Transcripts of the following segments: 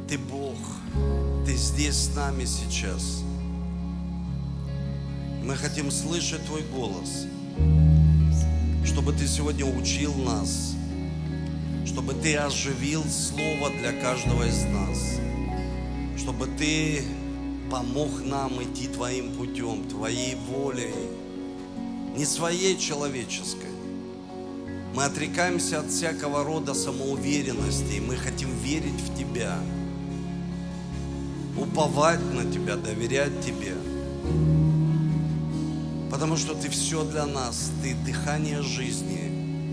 Ты Бог, Ты здесь с нами сейчас. Мы хотим слышать Твой голос, чтобы Ты сегодня учил нас, чтобы Ты оживил Слово для каждого из нас, чтобы Ты помог нам идти Твоим путем, Твоей волей, не своей человеческой. Мы отрекаемся от всякого рода самоуверенности, и мы хотим верить в Тебя, уповать на Тебя, доверять Тебе, потому что Ты все для нас, Ты дыхание жизни.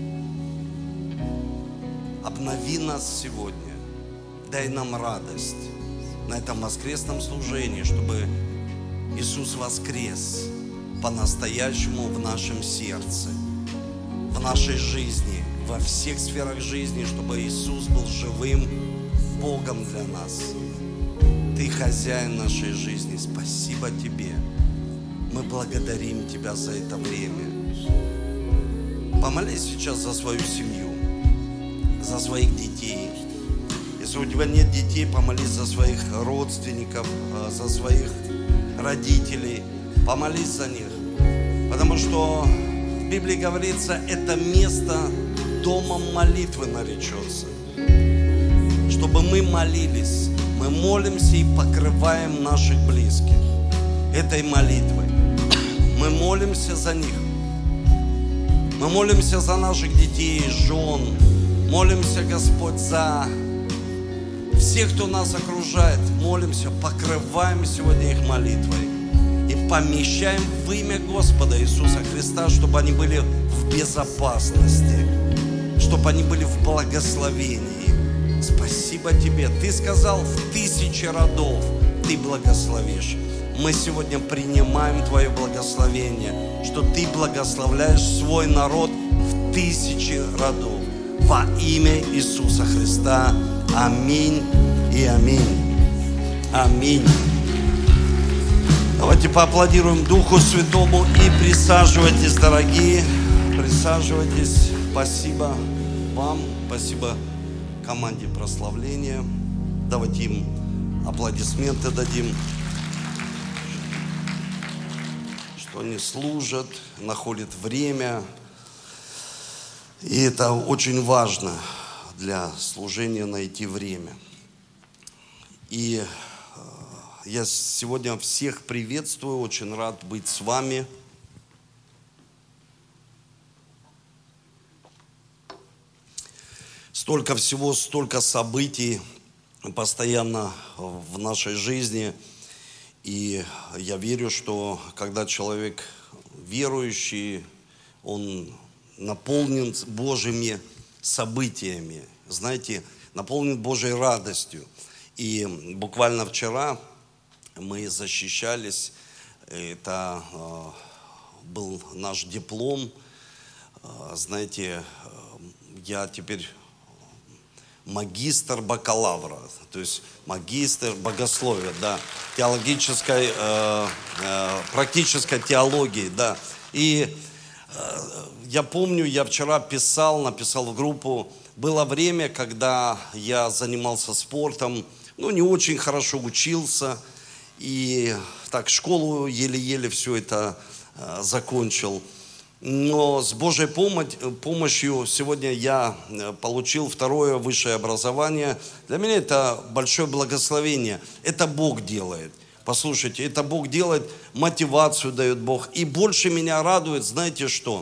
Обнови нас сегодня, дай нам радость на этом воскресном служении, чтобы Иисус воскрес по-настоящему в нашем сердце, в нашей жизни, во всех сферах жизни, чтобы Иисус был живым Богом для нас. Ты хозяин нашей жизни. Спасибо Тебе. Мы благодарим Тебя за это время. Помолись сейчас за свою семью, за своих детей. Если у тебя нет детей, помолись за своих родственников, за своих родителей. Помолись за них. Потому что в Библии говорится, это место домом молитвы наречется. Чтобы мы молились. Мы молимся и покрываем наших близких этой молитвой. Мы молимся за них. Мы молимся за наших детей, жен. Молимся, Господь, за всех, кто нас окружает. Молимся, покрываем сегодня их молитвой. И помещаем в имя Господа Иисуса Христа, чтобы они были в безопасности, чтобы они были в благословении. Спасибо Тебе. Ты сказал, в 1000 родов Ты благословишь. Мы сегодня принимаем Твое благословение, что Ты благословляешь свой народ в 1000 родов. Во имя Иисуса Христа. Аминь и аминь. Аминь. Давайте поаплодируем Духу Святому и присаживайтесь, дорогие. Присаживайтесь. Спасибо вам. Спасибо команде прославления. Давайте им аплодисменты дадим. Что они служат, находят время. И это очень важно для служения, найти время. И я сегодня всех приветствую, очень рад быть с вами. Столько всего, столько событий постоянно в нашей жизни. И я верю, что когда человек верующий, он наполнен Божьими событиями, знаете, наполнен Божьей радостью. И буквально вчера мы защищались, это был наш диплом, знаете, я теперь магистр бакалавра, то есть магистр богословия, да, теологической, практической теологии, да. И я помню, я вчера написал в группу, было время, когда я занимался спортом, не очень хорошо учился, и так школу еле-еле все это закончил. Но с Божьей помощью сегодня я получил 2-е высшее образование. Для меня это большое благословение. Это Бог делает. Послушайте, это Бог делает, мотивацию дает Бог. И больше меня радует, знаете что?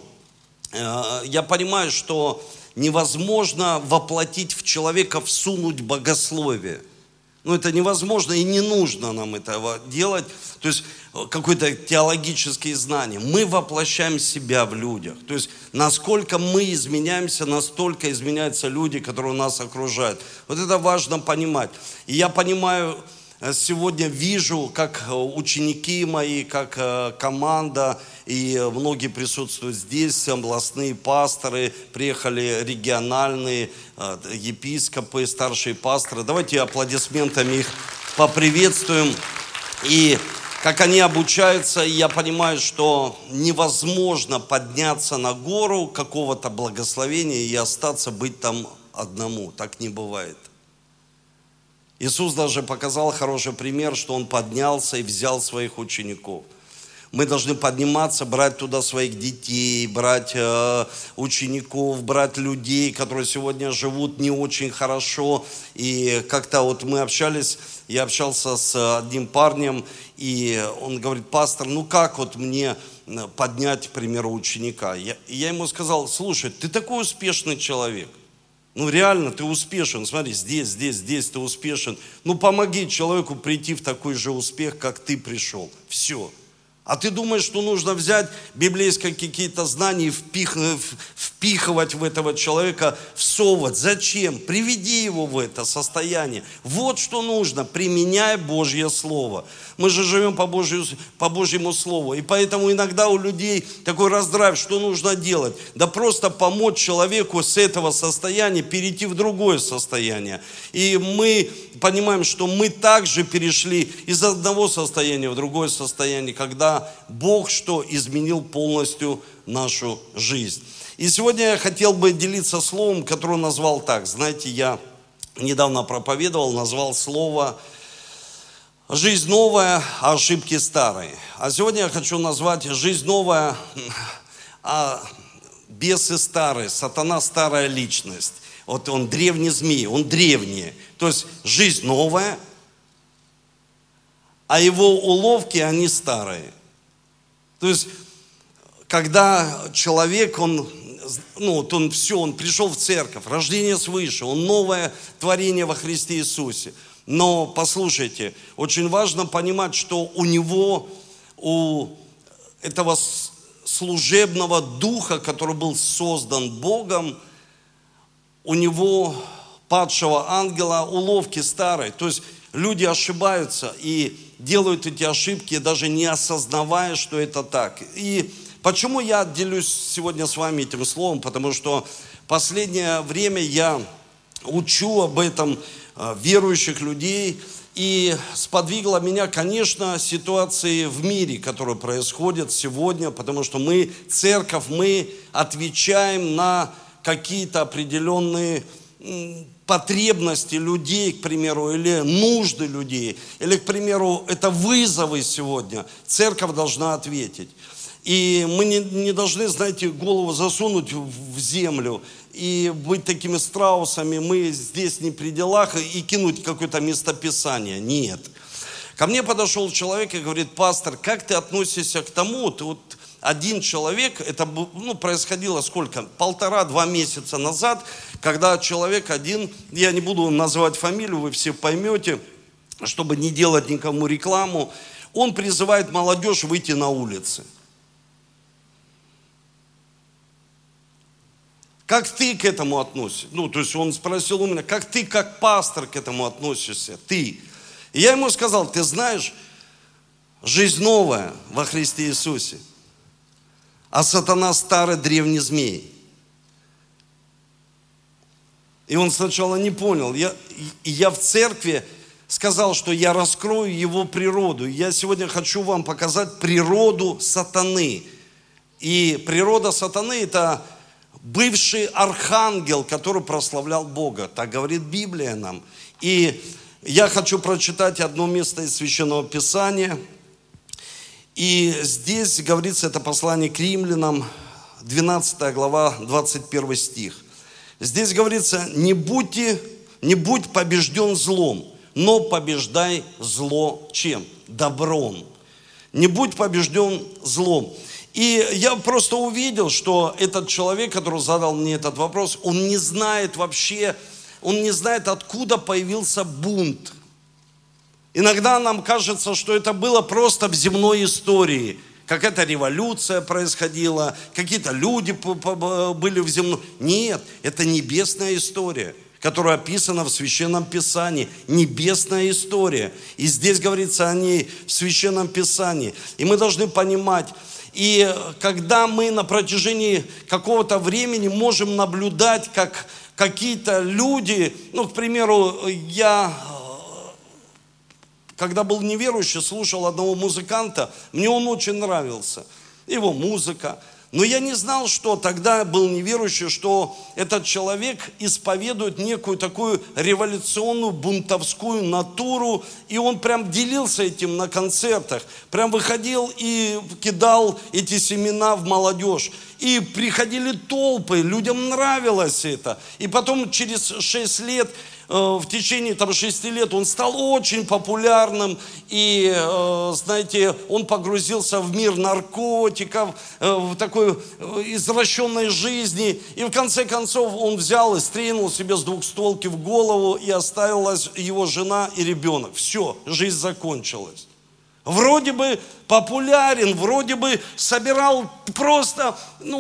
Я понимаю, что невозможно воплотить в человека, всунуть богословие. Это невозможно и не нужно нам этого делать. То есть какое-то теологические знания. Мы воплощаем себя в людях. То есть насколько мы изменяемся, настолько изменяются люди, которые нас окружают. Вот это важно понимать. И я понимаю, сегодня вижу, как ученики мои, как команда, и многие присутствуют здесь, областные пасторы, приехали региональные епископы, старшие пасторы. Давайте аплодисментами их поприветствуем. И как они обучаются, я понимаю, что невозможно подняться на гору какого-то благословения и остаться быть там одному. Так не бывает. Иисус даже показал хороший пример, что Он поднялся и взял своих учеников. Мы должны подниматься, брать туда своих детей, брать учеников, брать людей, которые сегодня живут не очень хорошо. И как-то вот мы общались, я общался с одним парнем, и он говорит: пастор, ну как вот мне поднять, к примеру, ученика? Я ему сказал: слушай, ты такой успешный человек. Ну реально, ты успешен, смотри, здесь ты успешен. Ну помоги человеку прийти в такой же успех, как ты пришел. Все. А ты думаешь, что нужно взять библейские какие-то знания и впихивать в этого человека, всовывать? Зачем? Приведи его в это состояние. Вот что нужно, применяй Божье Слово. Мы же живем по Божьему Слову. И поэтому иногда у людей такой раздрайв, что нужно делать? Да просто помочь человеку с этого состояния перейти в другое состояние. И мы понимаем, что мы также перешли из одного состояния в другое состояние, когда Бог что? Изменил полностью нашу жизнь. И сегодня я хотел бы делиться словом, которое назвал так. Знаете, я недавно проповедовал, назвал слово «Жизнь новая, а ошибки старые». А сегодня я хочу назвать «Жизнь новая, а бесы старые, сатана старая личность». Вот он древний змей, он древний. То есть жизнь новая, а его уловки, они старые. То есть, когда человек, он пришел в церковь, рождение свыше, он новое творение во Христе Иисусе. Но, послушайте, очень важно понимать, что у этого служебного духа, который был создан Богом, у него, падшего ангела, уловки старые. То есть, люди ошибаются и делают эти ошибки, даже не осознавая, что это так. И почему я делюсь сегодня с вами этим словом? Потому что в последнее время я учу об этом верующих людей. И сподвигла меня, конечно, ситуации в мире, которые происходят сегодня, потому что мы, церковь, мы отвечаем на какие-то определенные потребности людей, к примеру, или нужды людей, или, к примеру, это вызовы сегодня. Церковь должна ответить. И мы не должны, знаете, голову засунуть в землю и быть такими страусами, мы здесь не при делах, и кинуть какое-то местописание. Нет. Ко мне подошел человек и говорит: пастор, как ты относишься к тому, ты вот один человек, это происходило сколько? 1,5-2 месяца назад, когда человек один, я не буду называть фамилию, вы все поймете, чтобы не делать никому рекламу, он призывает молодежь выйти на улицы. Как ты к этому относишься? То есть он спросил у меня, как ты, как пастор, к этому относишься? Ты. И я ему сказал: ты знаешь, жизнь новая во Христе Иисусе, а сатана старый древний змей. И он сначала не понял. Я в церкви сказал, что я раскрою его природу. Я сегодня хочу вам показать природу сатаны. И природа сатаны – это бывший архангел, который прославлял Бога. Так говорит Библия нам. И я хочу прочитать одно место из Священного Писания. И здесь говорится, это послание к римлянам, 12 глава, 21 стих. Здесь говорится: не будь побежден злом, но побеждай зло чем? Добром. Не будь побежден злом. И я просто увидел, что этот человек, который задал мне этот вопрос, он не знает вообще, он не знает, откуда появился бунт. Иногда нам кажется, что это было просто в земной истории. Какая-то революция происходила, какие-то люди были в земной. Нет, это небесная история, которая описана в Священном Писании. Небесная история. И здесь говорится о ней в Священном Писании. И мы должны понимать, и когда мы на протяжении какого-то времени можем наблюдать, как какие-то люди, к примеру, я, когда был неверующий, слушал одного музыканта, мне он очень нравился, его музыка, Но я не знал, что тогда был неверующий, что этот человек исповедует некую такую революционную, бунтовскую натуру. И он прям делился этим на концертах. Прям выходил и кидал эти семена в молодежь. И приходили толпы, людям нравилось это. И потом через 6 лет, в течение 6 лет он стал очень популярным. И, знаете, он погрузился в мир наркотиков, в такой извращенной жизни. И в конце концов он взял и стрельнул себе с двухстволки в голову, и оставилась его жена и ребенок. Все, жизнь закончилась. Вроде бы популярен, вроде бы собирал просто,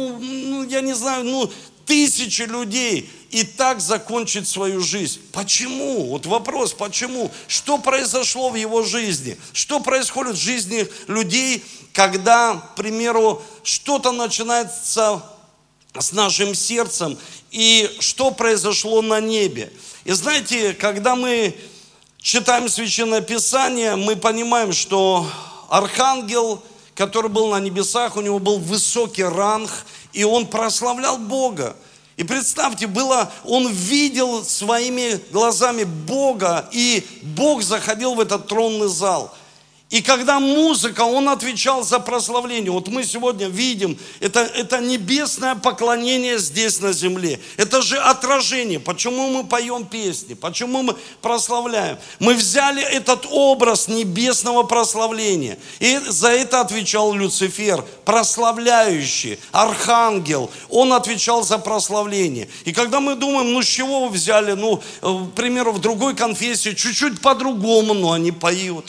я не знаю, тысячи людей, и так закончить свою жизнь. Почему? Вот вопрос, почему? Что произошло в его жизни? Что происходит в жизни людей, когда, к примеру, что-то начинается с нашим сердцем, и что произошло на небе? И знаете, когда мы читаем Священное Писание, мы понимаем, что архангел, который был на небесах, у него был высокий ранг, и он прославлял Бога. И представьте, он видел своими глазами Бога, и Бог заходил в этот тронный зал. И когда музыка, он отвечал за прославление. Вот мы сегодня видим, это небесное поклонение здесь на земле. Это же отражение. Почему мы поем песни? Почему мы прославляем? Мы взяли этот образ небесного прославления. И за это отвечал Люцифер, прославляющий, архангел. Он отвечал за прославление. И когда мы думаем, с чего вы взяли? К примеру, в другой конфессии чуть-чуть по-другому, но они поют.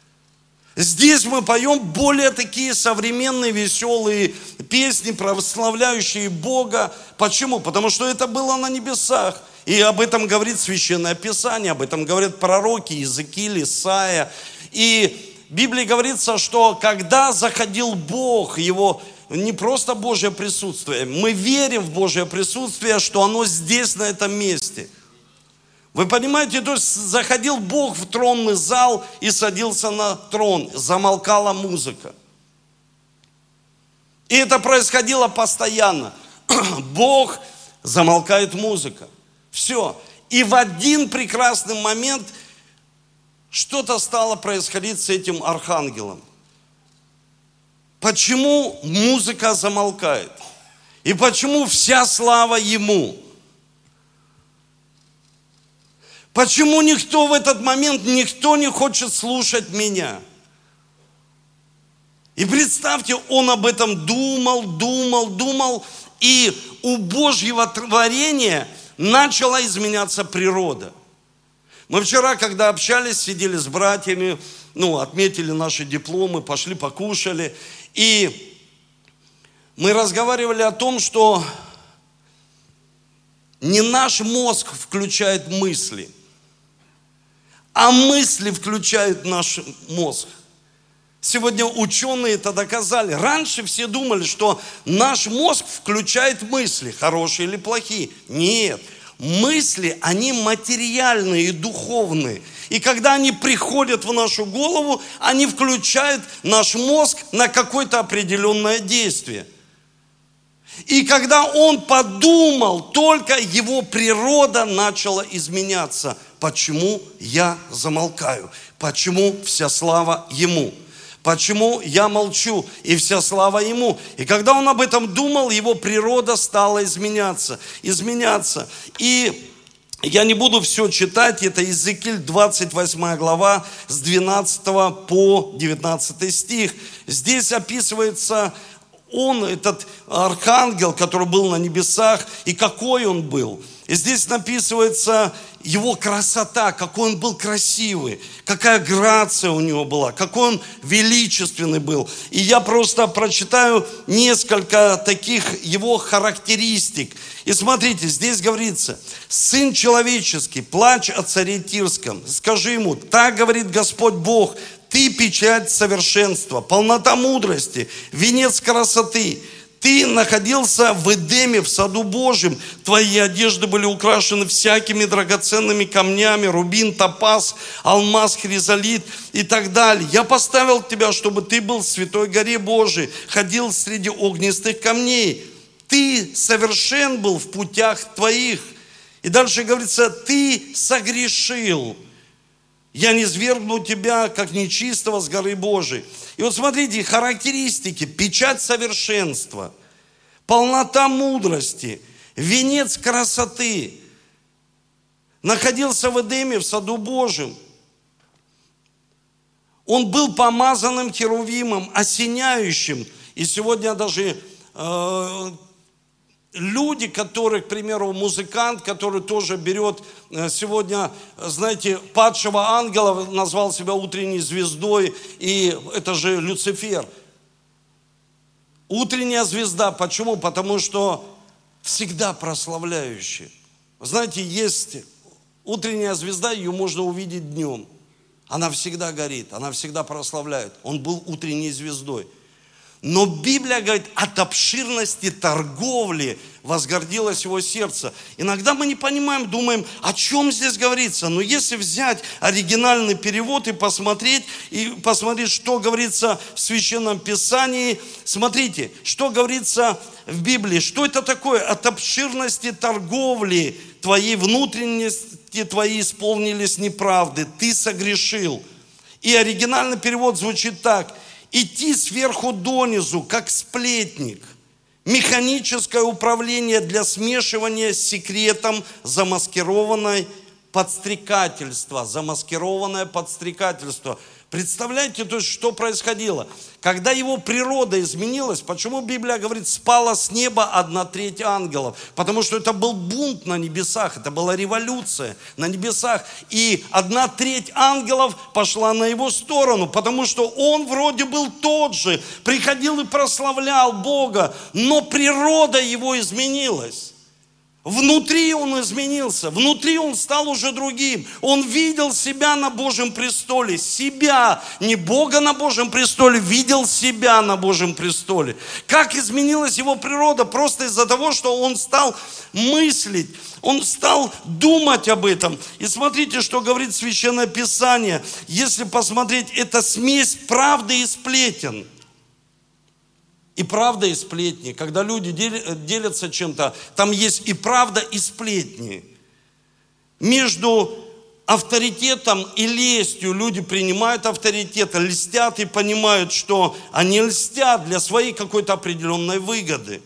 Здесь мы поем более такие современные, веселые песни, прославляющие Бога. Почему? Потому что это было на небесах. И об этом говорит Священное Писание, об этом говорят пророки Иезекииль, Исаия. И в Библии говорится, что когда заходил Бог, его не просто Божье присутствие, мы верим в Божье присутствие, что оно здесь, на этом месте. Вы понимаете, то есть заходил Бог в тронный зал и садился на трон, замолкала музыка. И это происходило постоянно. Бог, замолкает музыка. Все. И в один прекрасный момент что-то стало происходить с этим архангелом. Почему музыка замолкает? И почему вся слава ему? Почему никто в этот момент, никто не хочет слушать меня? И представьте, он об этом думал, и у Божьего творения начала изменяться природа. Мы вчера, когда общались, сидели с братьями, отметили наши дипломы, пошли покушали, и мы разговаривали о том, что не наш мозг включает мысли, а мысли включают наш мозг. Сегодня ученые это доказали. Раньше все думали, что наш мозг включает мысли, хорошие или плохие. Нет, мысли, они материальные и духовные. И когда они приходят в нашу голову, они включают наш мозг на какое-то определенное действие. И когда он подумал, только его природа начала изменяться. Почему я замолкаю? Почему вся слава ему? Почему я молчу, и вся слава ему? И когда он об этом думал, его природа стала изменяться. И я не буду все читать, это Иезекииль 28 глава с 12 по 19 стих. Здесь описывается этот архангел, который был на небесах, и какой он был. И здесь написывается его красота, какой он был красивый, какая грация у него была, какой он величественный был. И я просто прочитаю несколько таких его характеристик. И смотрите, здесь говорится: «Сын человеческий, плачь о царе Тирском, скажи ему, так говорит Господь Бог, ты печать совершенства, полнота мудрости, венец красоты. Ты находился в Эдеме, в саду Божьем. Твои одежды были украшены всякими драгоценными камнями, рубин, топаз, алмаз, хризолит и так далее. Я поставил тебя, чтобы ты был в святой горе Божией, ходил среди огнистых камней. Ты совершен был в путях твоих. И дальше говорится, ты согрешил. Я низвергну тебя, как нечистого, с горы Божией. И вот смотрите, характеристики. Печать совершенства, полнота мудрости, венец красоты. Находился в Эдеме, в саду Божьем. Он был помазанным херувимом, осеняющим. И сегодня даже люди, которые, к примеру, музыкант, который тоже берет сегодня, знаете, падшего ангела, назвал себя утренней звездой, и это же Люцифер. Утренняя звезда. Почему? Потому что всегда прославляющая. Знаете, есть утренняя звезда, ее можно увидеть днем. Она всегда горит, она всегда прославляет. Он был утренней звездой. Но Библия говорит, от обширности торговли возгордилось его сердце. Иногда мы не понимаем, думаем, о чем здесь говорится. Но если взять оригинальный перевод и посмотреть, что говорится в Священном Писании, смотрите, что говорится в Библии. Что это такое? От обширности торговли твоей внутренности твои исполнились неправды, ты согрешил. И оригинальный перевод звучит так. Идти сверху донизу, как сплетник. Механическое управление для смешивания с секретом замаскированное подстрекательство. Замаскированное подстрекательство. Представляете, то есть, что происходило? Когда его природа изменилась, почему Библия говорит, спала с неба 1/3 ангелов? Потому что это был бунт на небесах, это была революция на небесах. И 1/3 ангелов пошла на его сторону, потому что он вроде был тот же, приходил и прославлял Бога, но природа его изменилась. Внутри он изменился, внутри он стал уже другим. Он видел себя на Божьем престоле, себя, не Бога на Божьем престоле, видел себя на Божьем престоле. Как изменилась его природа? Просто из-за того, что он стал мыслить, он стал думать об этом. И смотрите, что говорит Священное Писание. Если посмотреть, это смесь правды и сплетен. И правда, и сплетни. Когда люди делятся чем-то, там есть и правда, и сплетни. Между авторитетом и лестью люди принимают авторитет, льстят и понимают, что они льстят для своей какой-то определенной выгоды.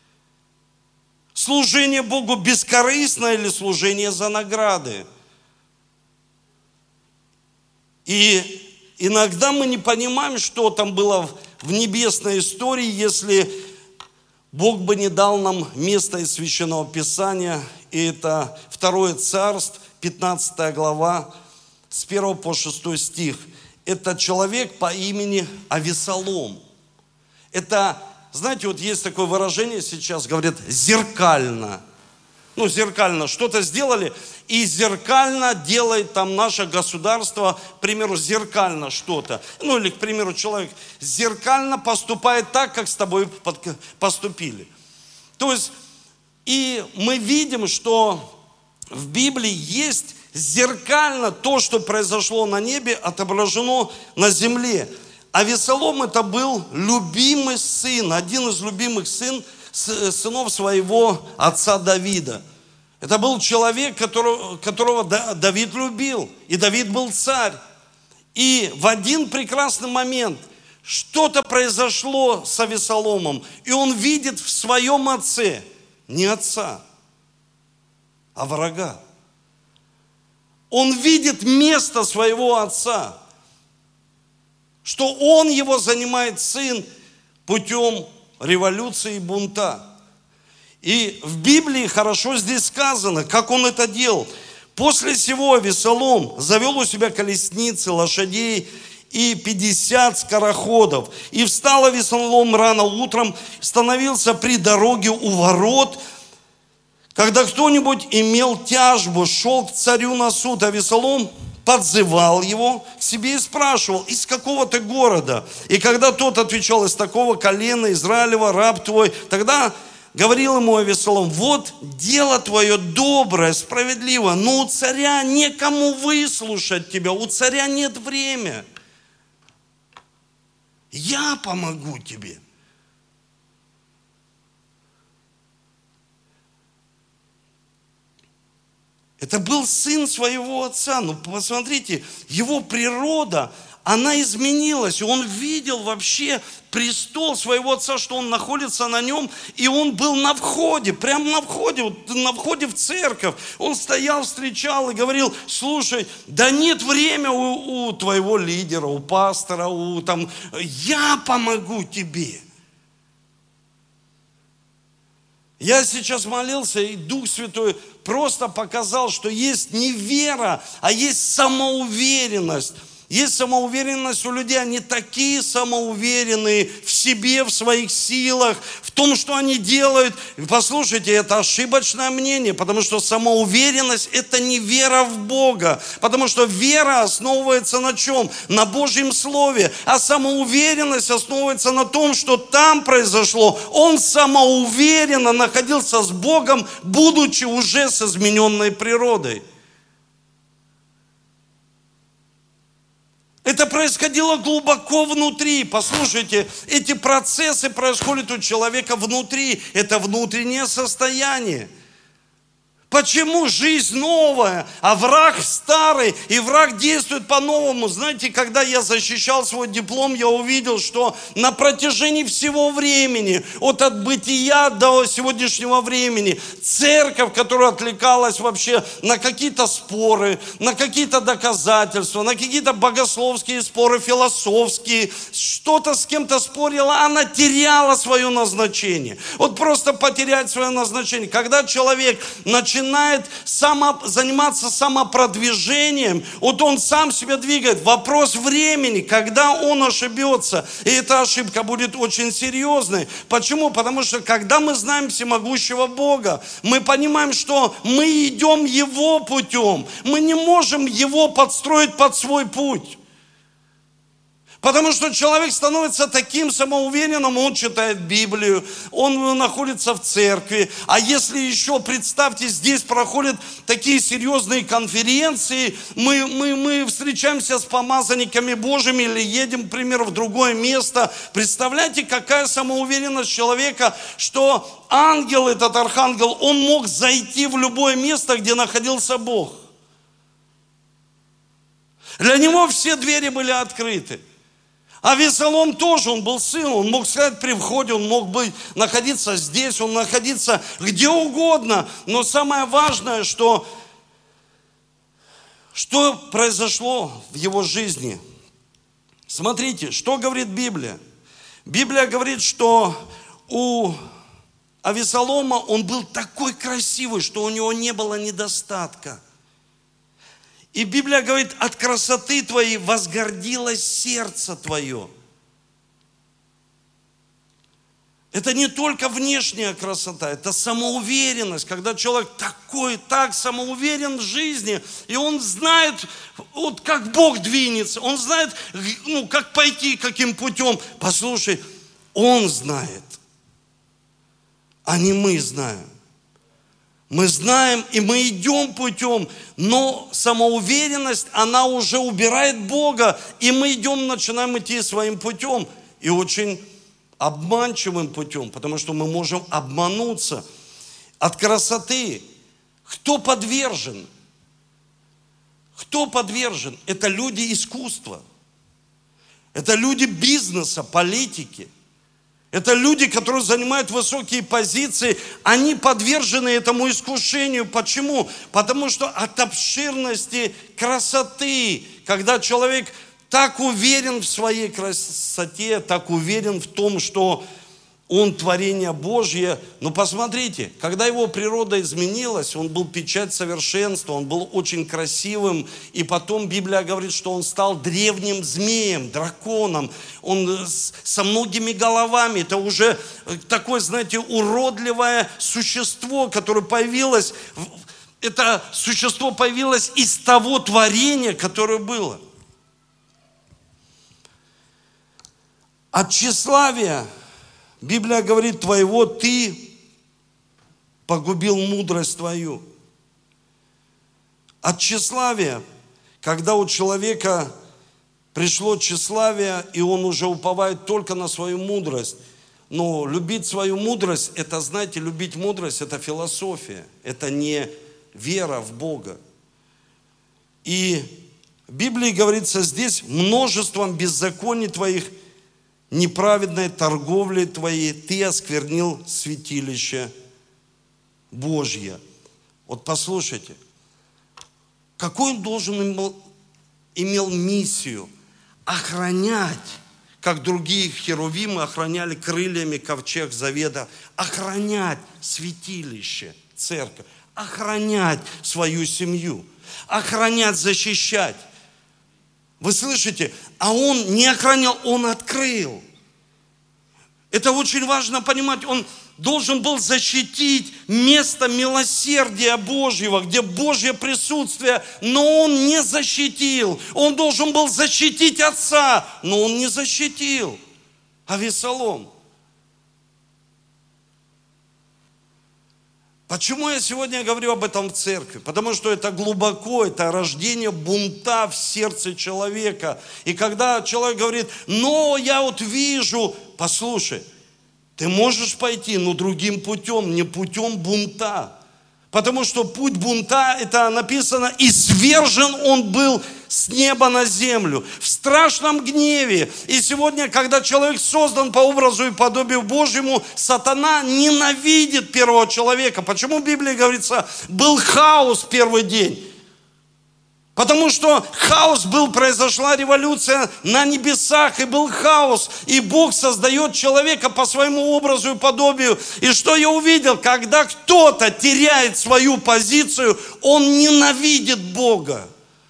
Служение Богу бескорыстно или служение за награды? И иногда мы не понимаем, что там было в небесной истории, если Бог бы не дал нам место из Священного Писания. И это 2 Царств, 15 глава, с 1 по 6 стих. Это человек по имени Авесолом. Это, знаете, вот есть такое выражение сейчас, говорят, зеркально. Зеркально что-то сделали, и зеркально делает там наше государство, к примеру, зеркально что-то. Или, к примеру, человек зеркально поступает так, как с тобой поступили. То есть, и мы видим, что в Библии есть зеркально то, что произошло на небе, отображено на земле. Авесолом это был любимый сын, один из любимых сынов своего отца Давида. Это был человек, которого Давид любил. И Давид был царь. И в один прекрасный момент что-то произошло с Авесоломом. И он видит в своем отце не отца, а врага. Он видит место своего отца. Что он его занимает сын путем революции и бунта. И в Библии хорошо здесь сказано, как он это делал. После сего Авесолом завел у себя колесницы, лошадей и 50 скороходов. И встал Авесолом рано утром, становился при дороге у ворот. Когда кто-нибудь имел тяжбу, шел к царю на суд. Авесолом подзывал его к себе и спрашивал: из какого ты города? И когда тот отвечал: из такого колена Израилева, раб твой, тогда говорил ему Авесолом: вот дело твое доброе, справедливое, но у царя некому выслушать тебя, у царя нет времени. Я помогу тебе. Это был сын своего отца. Ну, посмотрите, его природа, она изменилась. Он видел вообще престол своего отца, что он находится на нем, и он был на входе, прямо на входе, вот на входе в церковь. Он стоял, встречал и говорил: слушай, да нет времени у твоего лидера, у пастора, я помогу тебе. Я сейчас молился, и Дух Святой просто показал, что есть не вера, а есть самоуверенность. Есть самоуверенность у людей, они такие самоуверенные в себе, в своих силах, в том, что они делают. Послушайте, это ошибочное мнение, потому что самоуверенность – это не вера в Бога, потому что вера основывается на чем? На Божьем Слове, а самоуверенность основывается на том, что там произошло. Он самоуверенно находился с Богом, будучи уже с измененной природой. Это происходило глубоко внутри. Послушайте, эти процессы происходят у человека внутри. Это внутреннее состояние. Почему жизнь новая, а враг старый, и враг действует по-новому? Знаете, когда я защищал свой диплом, я увидел, что на протяжении всего времени, от бытия до сегодняшнего времени, церковь, которая отвлекалась вообще на какие-то споры, на какие-то доказательства, на какие-то богословские споры, философские, что-то с кем-то спорила, она теряла свое назначение. Вот просто потерять свое назначение. Когда человек начинает заниматься самопродвижением, вот он сам себя двигает. Вопрос времени, когда он ошибется. И эта ошибка будет очень серьезной. Почему? Потому что когда мы знаем всемогущего Бога, мы понимаем, что мы идем Его путем. Мы не можем Его подстроить под свой путь. Потому что человек становится таким самоуверенным, он читает Библию, он находится в церкви. А если еще, представьте, здесь проходят такие серьезные конференции, мы встречаемся с помазанниками Божьими или едем, к примеру, в другое место. Представляете, какая самоуверенность человека, что ангел, этот архангел, он мог зайти в любое место, где находился Бог. Для него все двери были открыты. А Авесолом тоже, он был сын, он мог сказать при входе, он мог находиться здесь, он находиться где угодно. Но самое важное, что произошло в его жизни. Смотрите, что говорит Библия. Библия говорит, что у Авесолома он был такой красивый, что у него не было недостатка. И Библия говорит: от красоты твоей возгордилось сердце твое. Это не только внешняя красота, это самоуверенность, когда человек так самоуверен в жизни, и он знает, вот как Бог двинется, он знает, как пойти, каким путем. Послушай, он знает, а не мы знаем. Мы знаем, и мы идем путем, но самоуверенность, она уже убирает Бога, и мы начинаем идти своим путем, и очень обманчивым путем, потому что мы можем обмануться от красоты. Кто подвержен? Кто подвержен? Это люди искусства, это люди бизнеса, политики. Это люди, которые занимают высокие позиции, они подвержены этому искушению. Почему? Потому что от обширности красоты, когда человек так уверен в своей красоте, так уверен в том, что он творение Божье. Но посмотрите, когда его природа изменилась, он был печать совершенства, он был очень красивым. И потом Библия говорит, что он стал древним змеем, драконом. Он со многими головами. Это уже такое, знаете, уродливое существо, которое появилось Это существо появилось из того творения, которое было. От тщеславия, Библия говорит, твоего ты погубил мудрость твою. От тщеславия, когда у человека пришло тщеславие, и он уже уповает только на свою мудрость. Но любить свою мудрость, это, знаете, любить мудрость, это философия, это не вера в Бога. И в Библии говорится здесь, множеством беззаконий твоих, неправедной торговлей твоей, ты осквернил святилище Божье. Вот послушайте, какой он должен имел миссию? Охранять, как другие херувимы охраняли крыльями ковчег завета, охранять святилище, церковь, охранять свою семью, охранять, защищать. Вы слышите? А он не охранял, он открыл. Это очень важно понимать. Он должен был защитить место милосердия Божьего, где Божье присутствие, но он не защитил. Он должен был защитить отца, но он не защитил. Авесолом. Почему я сегодня говорю об этом в церкви? Потому что это глубоко, это рождение бунта в сердце человека. И когда человек говорит, но я вот вижу, послушай, ты можешь пойти, но другим путем, не путем бунта. Потому что путь бунта, это написано, и свержен он был с неба на землю, в страшном гневе. И сегодня, когда человек создан по образу и подобию Божьему, сатана ненавидит первого человека. Почему в Библии говорится, был хаос в первый день? Потому что хаос был, произошла революция на небесах, и был хаос. И Бог создает человека по своему образу и подобию. И что я увидел? Когда кто-то теряет свою позицию, он ненавидит Бога.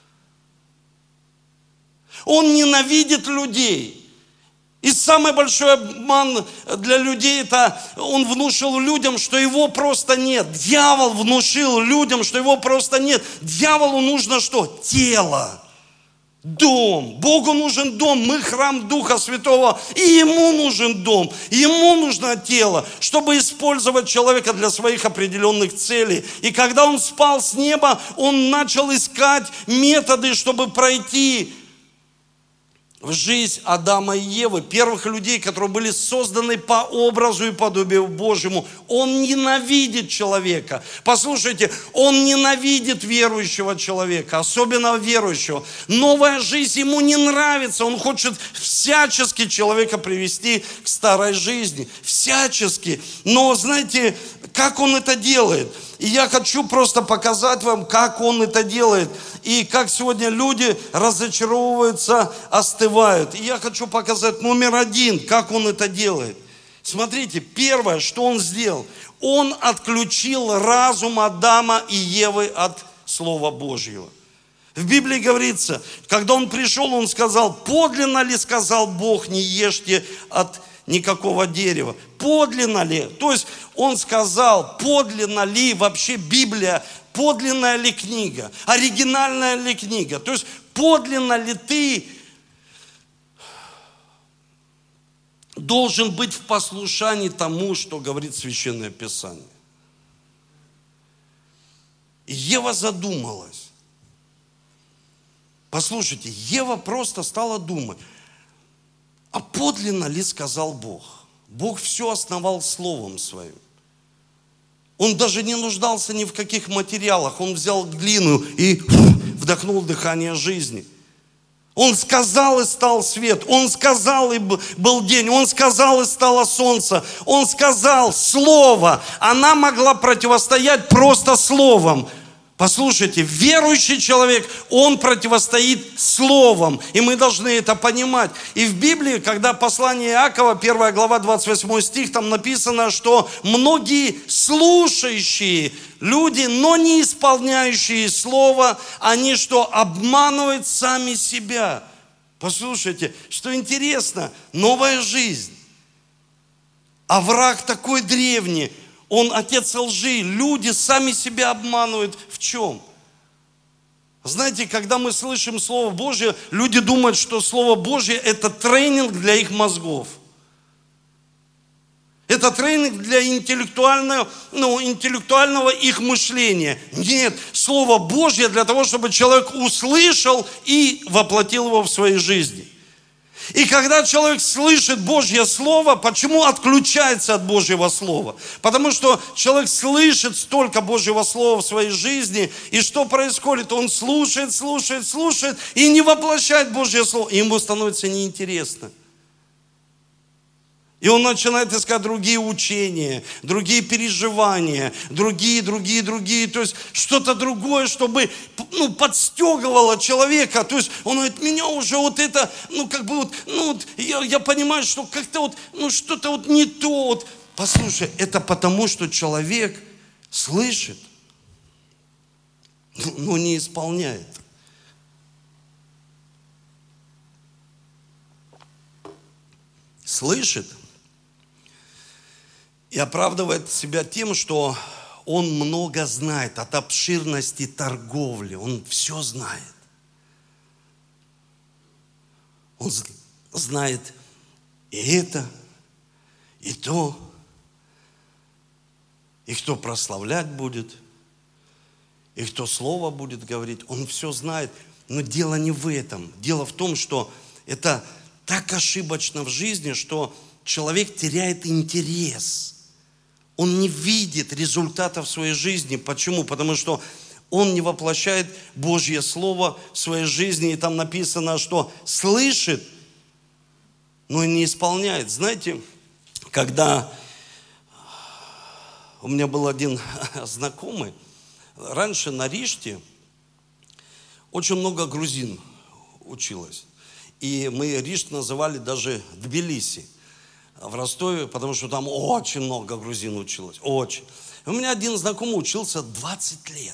Он ненавидит людей. И самый большой обман для людей, это он внушил людям, что его просто нет. Дьявол внушил людям, что его просто нет. Дьяволу нужно что? Тело. Дом. Богу нужен дом. Мы храм Духа Святого. И ему нужен дом. Ему нужно тело, чтобы использовать человека для своих определенных целей. И когда он спал с неба, он начал искать методы, чтобы пройти в жизнь Адама и Евы, первых людей, которые были созданы по образу и подобию Божьему. Он ненавидит человека. Послушайте, он ненавидит верующего человека, особенно верующего. Новая жизнь ему не нравится. Он хочет всячески человека привести к старой жизни. Всячески. Но знаете, как он это делает? И я хочу просто показать вам, как он это делает. И как сегодня люди разочаровываются, остывают. И я хочу показать номер один, как он это делает. Смотрите, первое, что он сделал. Он отключил разум Адама и Евы от Слова Божьего. В Библии говорится, когда он пришел, он сказал, подлинно ли сказал Бог, не ешьте от никакого дерева. Подлинно ли? То есть он сказал, подлинно ли вообще Библия, подлинная ли книга, оригинальная ли книга. То есть подлинно ли ты должен быть в послушании тому, что говорит Священное Писание. И Ева задумалась. Послушайте, Ева просто стала думать, а подлинно ли сказал Бог? Бог все основал Словом Своим. Он даже не нуждался ни в каких материалах. Он взял глину и вдохнул дыхание жизни. Он сказал, и стал свет. Он сказал, и был день. Он сказал, и стало солнце. Он сказал слово. Она могла противостоять просто словом. Послушайте, верующий человек, он противостоит словом. И мы должны это понимать. И в Библии, когда послание Иакова, 1 глава, 28 стих, там написано, что многие слушающие люди, но не исполняющие слово, они что, обманывают сами себя. Послушайте, что интересно, новая жизнь. А враг такой древний. Он отец лжи. Люди сами себя обманывают в чем? Знаете, когда мы слышим Слово Божье, люди думают, что Слово Божье – это тренинг для их мозгов. Это тренинг для интеллектуального их мышления. Нет, Слово Божье для того, чтобы человек услышал и воплотил его в своей жизни. И когда человек слышит Божье Слово, почему отключается от Божьего Слова? Потому что человек слышит столько Божьего Слова в своей жизни, и что происходит? Он слушает и не воплощает Божье Слово, и ему становится неинтересно. И он начинает искать другие учения, другие переживания, другие. То есть что-то другое, чтобы подстегивало человека. То есть он говорит, меня уже это, я понимаю, что как-то что-то не то. Послушай, это потому, что человек слышит, но не исполняет. Слышит и оправдывает себя тем, что он много знает от обширности торговли. Он все знает. Он знает и это, и то, и кто прославлять будет, и кто слово будет говорить. Он все знает. Но дело не в этом. Дело в том, что это так ошибочно в жизни, что человек теряет интерес. Он не видит результатов в своей жизни. Почему? Потому что он не воплощает Божье Слово в своей жизни. И там написано, что слышит, но не исполняет. Знаете, когда у меня был один знакомый, раньше на Риште очень много грузин училось. И мы Ришт называли даже Тбилиси в Ростове, потому что там очень много грузин училось. Очень. У меня один знакомый учился 20 лет.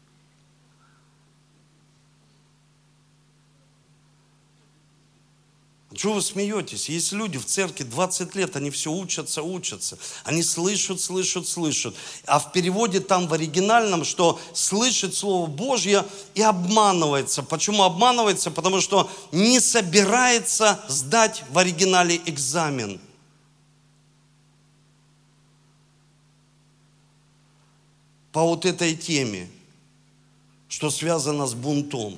Чего вы смеетесь? Есть люди в церкви 20 лет, они все учатся. Они слышат. А в переводе там в оригинальном, что слышит Слово Божье и обманывается. Почему обманывается? Потому что не собирается сдать в оригинале экзамен. По вот этой теме, что связано с бунтом.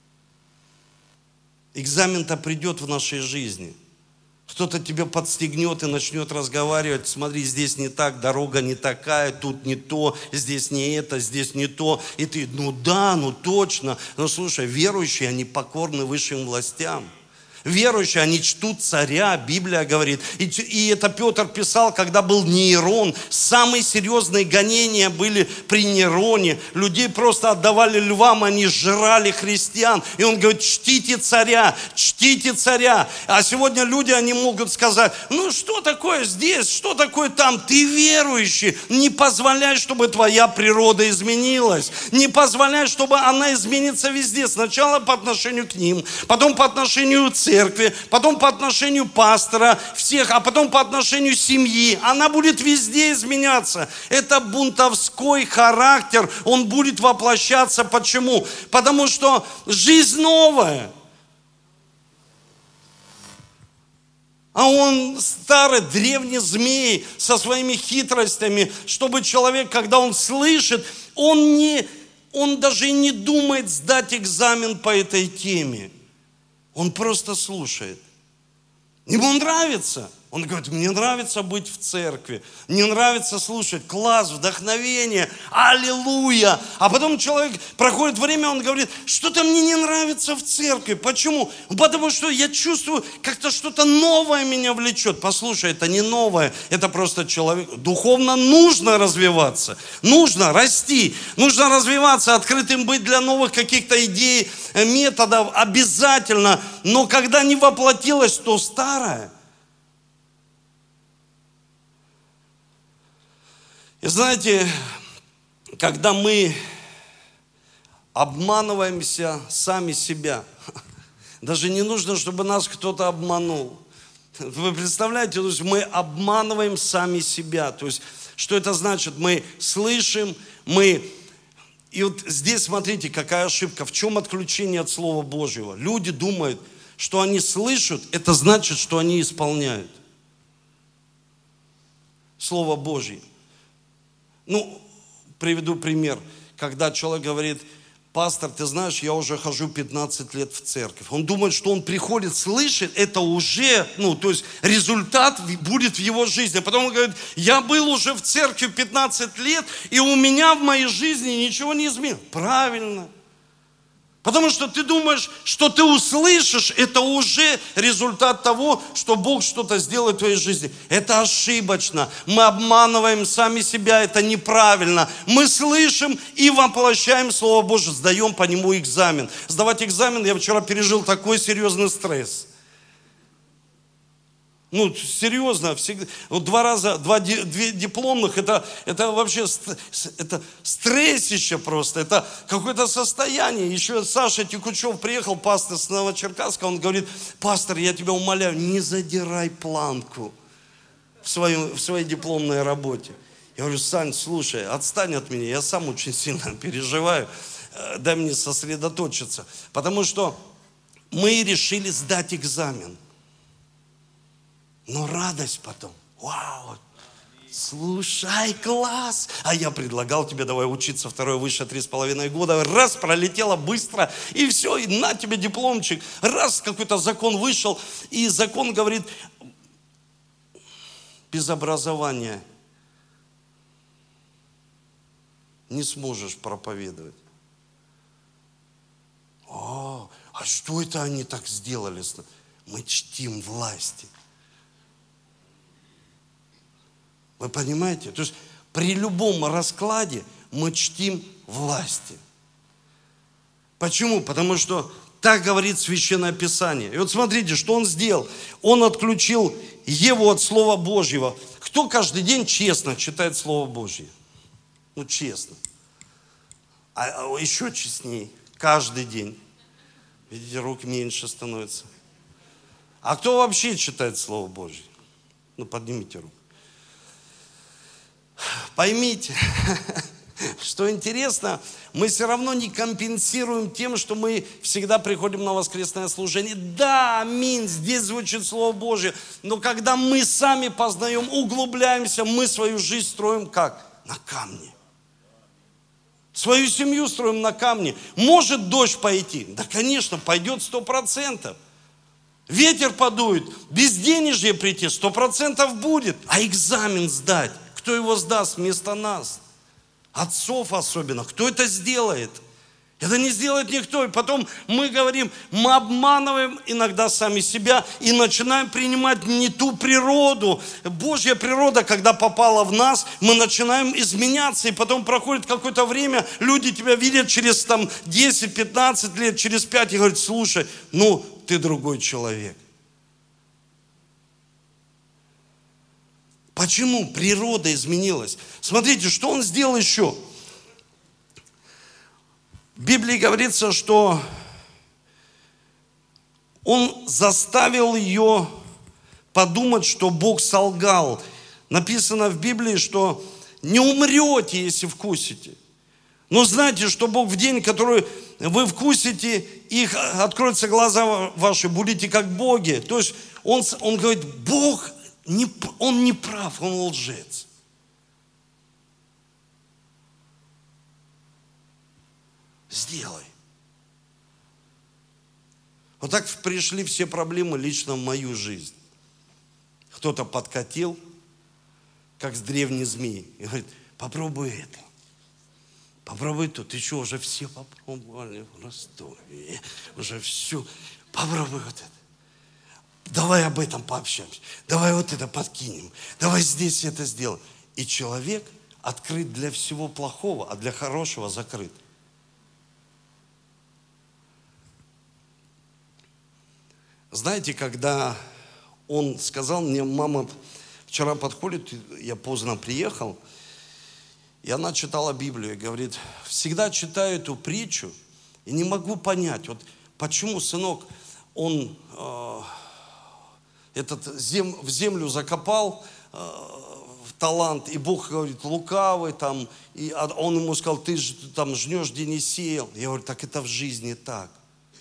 Экзамен-то придет в нашей жизни. Кто-то тебя подстегнет и начнет разговаривать. Смотри, здесь не так, дорога не такая, тут не то, здесь не это, здесь не то. И ты, точно. Но слушай, верующие, они покорны высшим властям. Верующие, они чтут царя, Библия говорит. И это Петр писал, когда был Нерон. Самые серьезные гонения были при Нероне. Людей просто отдавали львам, они жрали христиан. И он говорит, чтите царя. А сегодня люди, они могут сказать, что такое здесь, что такое там? Ты верующий. Не позволяй, чтобы твоя природа изменилась. Не позволяй, чтобы она изменится везде. Сначала по отношению к ним, потом по отношению к церкви, потом по отношению пастора, всех, а потом по отношению семьи. Она будет везде изменяться. Это бунтовской характер, он будет воплощаться. Почему? Потому что жизнь новая. А он старый, древний змей со своими хитростями, чтобы человек, когда он слышит, он даже и не думает сдать экзамен по этой теме. Он просто слушает. Ему нравится. Он говорит, мне нравится быть в церкви. Мне нравится слушать. Класс, вдохновение. Аллилуйя. А потом человек, проходит время, он говорит, что-то мне не нравится в церкви. Почему? Потому что я чувствую, как-то что-то новое меня влечет. Послушай, это не новое. Это просто человек. Духовно нужно развиваться. Нужно расти. Нужно развиваться, открытым быть для новых каких-то идей, методов. Обязательно. Но когда не воплотилось то старое, и знаете, когда мы обманываемся сами себя, даже не нужно, чтобы нас кто-то обманул. Вы представляете, то есть мы обманываем сами себя. То есть Что это значит? Мы слышим, мы... И вот здесь смотрите, какая ошибка. В чем отключение от Слова Божьего? Люди думают, что они слышат, это значит, что они исполняют Слово Божье. Ну, приведу пример. Когда человек говорит: пастор, ты знаешь, я уже хожу 15 лет в церковь. Он думает, что он приходит, слышит, это уже, то есть результат будет в его жизни. А потом он говорит: я был уже в церкви 15 лет, и у меня в моей жизни ничего не изменилось. Правильно. Потому что ты думаешь, что ты услышишь, это уже результат того, что Бог что-то сделает в твоей жизни. Это ошибочно. Мы обманываем сами себя, это неправильно. Мы слышим и воплощаем Слово Божие, сдаем по нему экзамен. Сдавать экзамен, я вчера пережил такой серьезный стресс. Серьезно, всегда, две дипломных, это вообще, это стрессище просто, это какое-то состояние. Еще Саша Текучев приехал, пастор с Новочеркасска, он говорит: пастор, я тебя умоляю, не задирай планку в своей дипломной работе. Я говорю: Сань, слушай, отстань от меня, я сам очень сильно переживаю, дай мне сосредоточиться. Потому что мы решили сдать экзамен. Но радость потом: вау, слушай, класс. А я предлагал тебе, давай учиться, второе высшее 3,5 года. Раз, пролетело быстро, и все, и на тебе дипломчик. Раз, какой-то закон вышел, и закон говорит: без образования не сможешь проповедовать. А что это они так сделали? Мы чтим власти. Вы понимаете? То есть при любом раскладе мы чтим власти. Почему? Потому что так говорит Священное Писание. И вот смотрите, что он сделал. Он отключил Еву от Слова Божьего. Кто каждый день честно читает Слово Божье? Честно. А еще честнее. Каждый день. Видите, рук меньше становится. А кто вообще читает Слово Божье? Поднимите руку. Поймите, что интересно, мы все равно не компенсируем тем, что мы всегда приходим на воскресное служение. Да, аминь, здесь звучит Слово Божье, но когда мы сами познаем, углубляемся, мы свою жизнь строим как? На камне. Свою семью строим на камне. Может дождь пойти? Да, конечно, пойдет 100%. Ветер подует, безденежье прийти, 100% будет. А экзамен сдать? Кто его сдаст вместо нас? Отцов особенно. Кто это сделает? Это не сделает никто. И потом мы говорим, мы обманываем иногда сами себя и начинаем принимать не ту природу. Божья природа, когда попала в нас, мы начинаем изменяться. И потом проходит какое-то время, люди тебя видят через 10-15 лет, через 5 и говорят: слушай, ты другой человек. Почему? Природа изменилась. Смотрите, что он сделал еще. В Библии говорится, что он заставил ее подумать, что Бог солгал. Написано в Библии, что не умрете, если вкусите. Но знаете, что Бог в день, который вы вкусите, их откроются глаза ваши, будете как боги. То есть он говорит, Бог... Он не прав, он лжец. Сделай. Вот так пришли все проблемы лично в мою жизнь. Кто-то подкатил, как с древней змеи, и говорит: попробуй это. Попробуй то. Ты что, уже все попробовали в Ростове? Уже все. Попробуй вот это. Давай об этом пообщаемся. Давай вот это подкинем. Давай здесь это сделаем. И человек открыт для всего плохого, а для хорошего закрыт. Знаете, когда он сказал мне, мама вчера подходит, я поздно приехал, и она читала Библию и говорит: всегда читаю эту притчу и не могу понять, вот почему сынок, он... в землю закопал талант, и Бог говорит, лукавый, там, и он ему сказал, ты же там жнешь, где не сеял. Я говорю, так это в жизни так.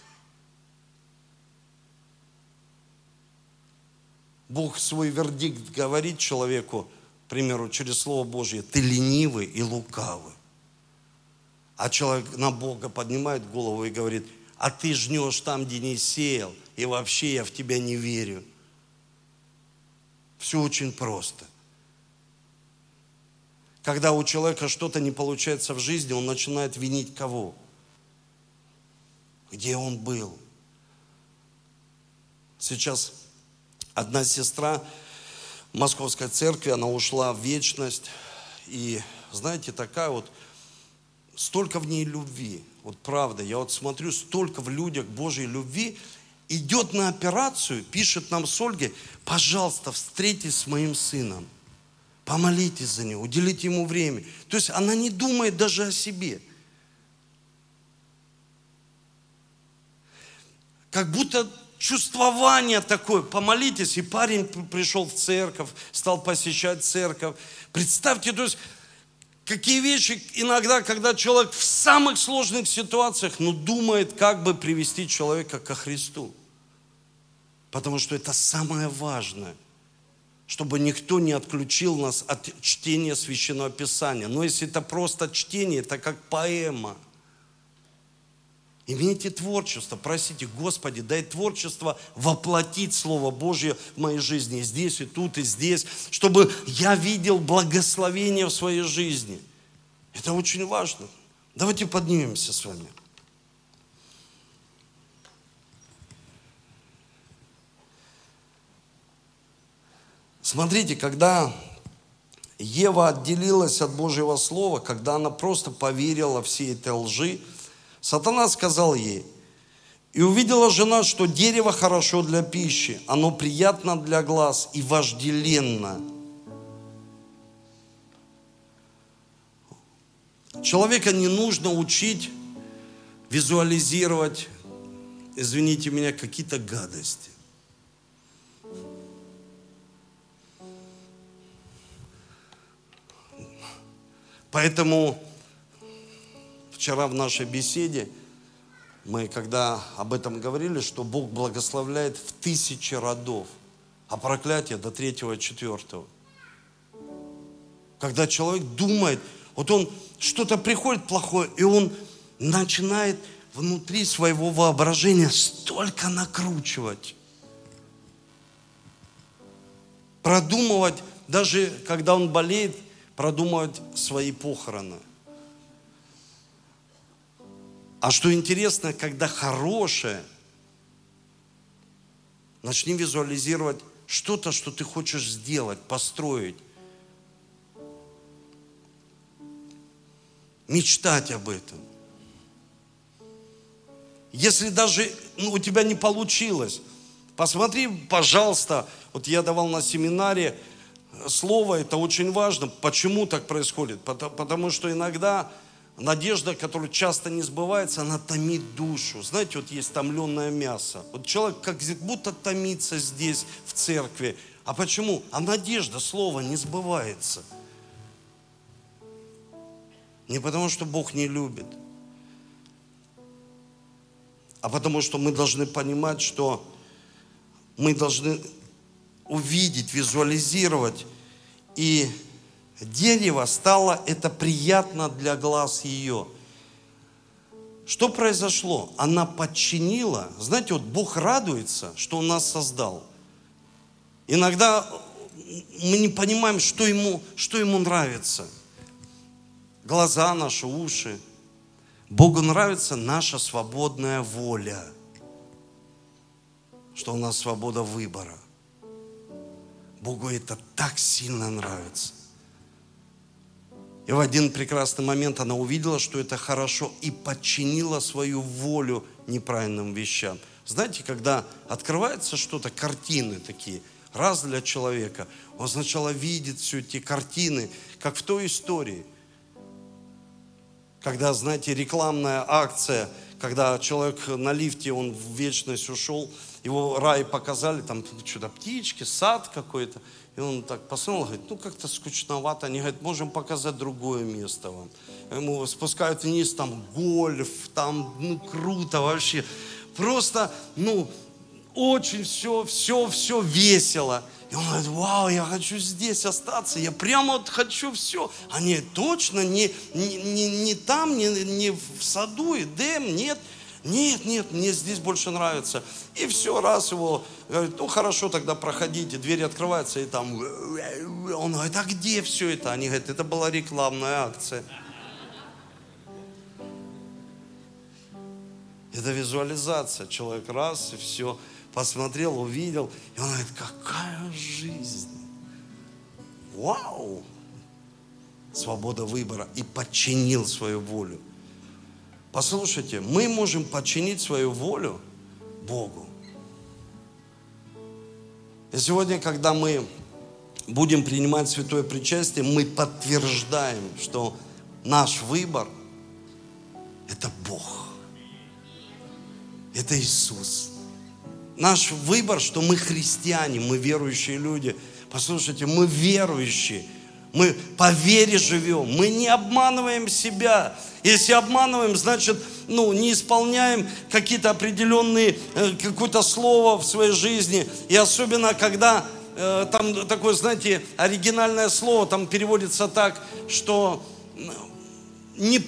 Бог свой вердикт говорит человеку, к примеру, через Слово Божье, ты ленивый и лукавый. А человек на Бога поднимает голову и говорит, а ты жнешь там, где не сеял, и вообще я в тебя не верю. Все очень просто. Когда у человека что-то не получается в жизни, он начинает винить кого? Где он был? Сейчас одна сестра в Московской церкви, она ушла в вечность. И, знаете, такая вот, столько в ней любви. Вот правда, я вот смотрю, столько в людях Божьей любви. Идет на операцию, пишет нам с Ольгой, пожалуйста, встретитесь с моим сыном. Помолитесь за него, уделите ему время. То есть она не думает даже о себе. Как будто чувствование такое. Помолитесь, и парень пришел в церковь, стал посещать церковь. Представьте, то есть, какие вещи иногда, когда человек в самых сложных ситуациях, думает, как бы привести человека ко Христу. Потому что это самое важное. Чтобы никто не отключил нас от чтения Священного Писания. Но если это просто чтение, это как поэма. Имейте творчество, просите, Господи, дай творчество воплотить Слово Божье в моей жизни. И здесь, и тут, и здесь. Чтобы я видел благословение в своей жизни. Это очень важно. Давайте поднимемся с вами. Смотрите, когда Ева отделилась от Божьего Слова, когда она просто поверила всей этой лжи, сатана сказал ей, и увидела жена, что дерево хорошо для пищи, оно приятно для глаз и вожделенно. Человека не нужно учить визуализировать, извините меня, какие-то гадости. Поэтому вчера в нашей беседе мы, когда об этом говорили, что Бог благословляет в 1000 родов, а проклятие до 3-го, 4-го. Когда человек думает, вот он что-то приходит плохое, и он начинает внутри своего воображения столько накручивать, продумывать, даже когда он болеет, продумывать свои похороны. А что интересно, когда хорошее, начни визуализировать что-то, что ты хочешь сделать, построить. Мечтать об этом. Если даже у тебя не получилось, посмотри, пожалуйста, вот я давал на семинаре слово, это очень важно. Почему так происходит? Потому что иногда надежда, которая часто не сбывается, она томит душу. Знаете, вот есть томленное мясо. Вот человек как будто томится здесь, в церкви. А почему? А надежда, слово не сбывается. Не потому, что Бог не любит, а потому, что мы должны понимать, что мы должны увидеть, визуализировать. И дерево стало это приятно для глаз ее. Что произошло? Она подчинила. Знаете, вот Бог радуется, что Он нас создал. Иногда мы не понимаем, что ему нравится. Глаза наши, уши. Богу нравится наша свободная воля. Что у нас свобода выбора. Богу это так сильно нравится. И в один прекрасный момент она увидела, что это хорошо, и подчинила свою волю неправильным вещам. Знаете, когда открывается что-то, картины такие, раз для человека, он сначала видит все эти картины, как в той истории. Когда, знаете, рекламная акция, когда человек на лифте, он в вечность ушел, его рай показали, там что-то птички, сад какой-то. И он так посмотрел, говорит, ну как-то скучновато. Они говорят, можем показать другое место вам. Ему спускают вниз, там гольф, там, ну круто вообще. Просто, ну, очень все весело. И он говорит, вау, я хочу здесь остаться, я прямо вот хочу все. А нет, точно, не там, не в саду, Эдем, нет. Нет, мне здесь больше нравится. И все, раз его, говорит, ну хорошо, тогда проходите, двери открываются, и там, он говорит, а где все это? Они говорят, это была рекламная акция. Это визуализация. Человек раз, и все, посмотрел, увидел, и он говорит, какая жизнь. Вау! Свобода выбора. И подчинил свою волю. Послушайте, мы можем подчинить свою волю Богу. И сегодня, когда мы будем принимать святое причастие, мы подтверждаем, что наш выбор – это Бог. Это Иисус. Наш выбор, что мы христиане, мы верующие люди. Послушайте, мы верующие. Мы по вере живем. Мы не обманываем себя. Если обманываем, значит, не исполняем какие-то определенные, какое-то слово в своей жизни. И особенно, когда там такое, знаете, оригинальное слово, там переводится так, что не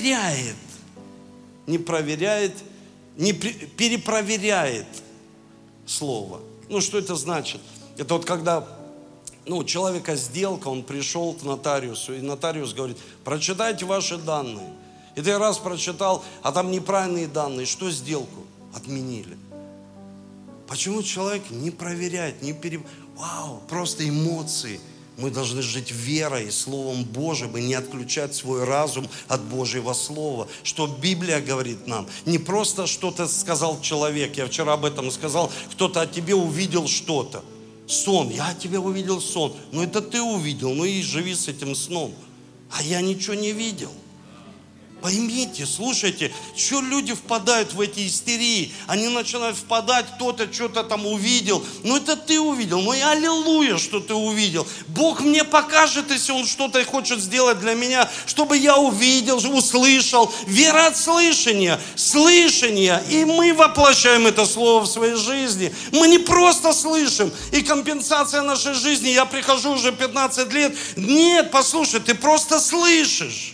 перепроверяет слово. Что это значит? Это вот когда у человека сделка, он пришел к нотариусу, и нотариус говорит, прочитайте ваши данные. И ты раз прочитал, а там неправильные данные, что сделку? Отменили. Почему человек не проверяет, Вау, просто эмоции. Мы должны жить верой и Словом Божьим, и не отключать свой разум от Божьего Слова. Что Библия говорит нам. Не просто что-то сказал человек. Я вчера об этом сказал. Кто-то о тебе увидел что-то. Сон. Я о тебе увидел сон. Это ты увидел. И живи с этим сном. А я ничего не видел. Поймите, слушайте, что люди впадают в эти истерии? Они начинают впадать, кто-то что-то там увидел. Это ты увидел. И аллилуйя, что ты увидел. Бог мне покажет, если Он что-то хочет сделать для меня, чтобы я увидел, услышал. Вера от слышания. Слышание. И мы воплощаем это слово в своей жизни. Мы не просто слышим. И компенсация нашей жизни. Я прихожу уже 15 лет. Нет, послушай, ты просто слышишь.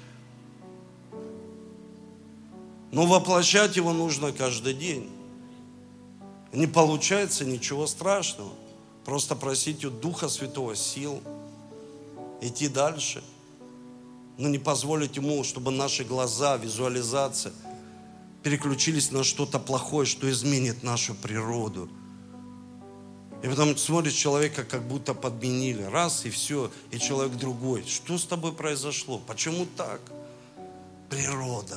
Но воплощать его нужно каждый день. Не получается ничего страшного. Просто просить у Духа Святого сил. Идти дальше. Но не позволить ему, чтобы наши глаза, визуализация переключились на что-то плохое, что изменит нашу природу. И потом смотришь человека, как будто подменили. Раз, и все, и человек другой. Что с тобой произошло? Почему так? Природа.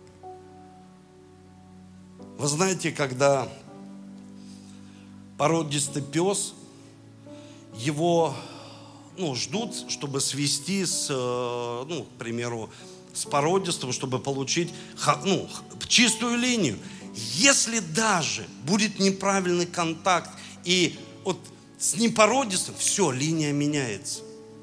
Вы знаете, когда породистый пес, его ждут, чтобы свести с, к примеру, с породистым, чтобы получить чистую линию. Если даже будет неправильный контакт и вот с непородистым, все, линия меняется.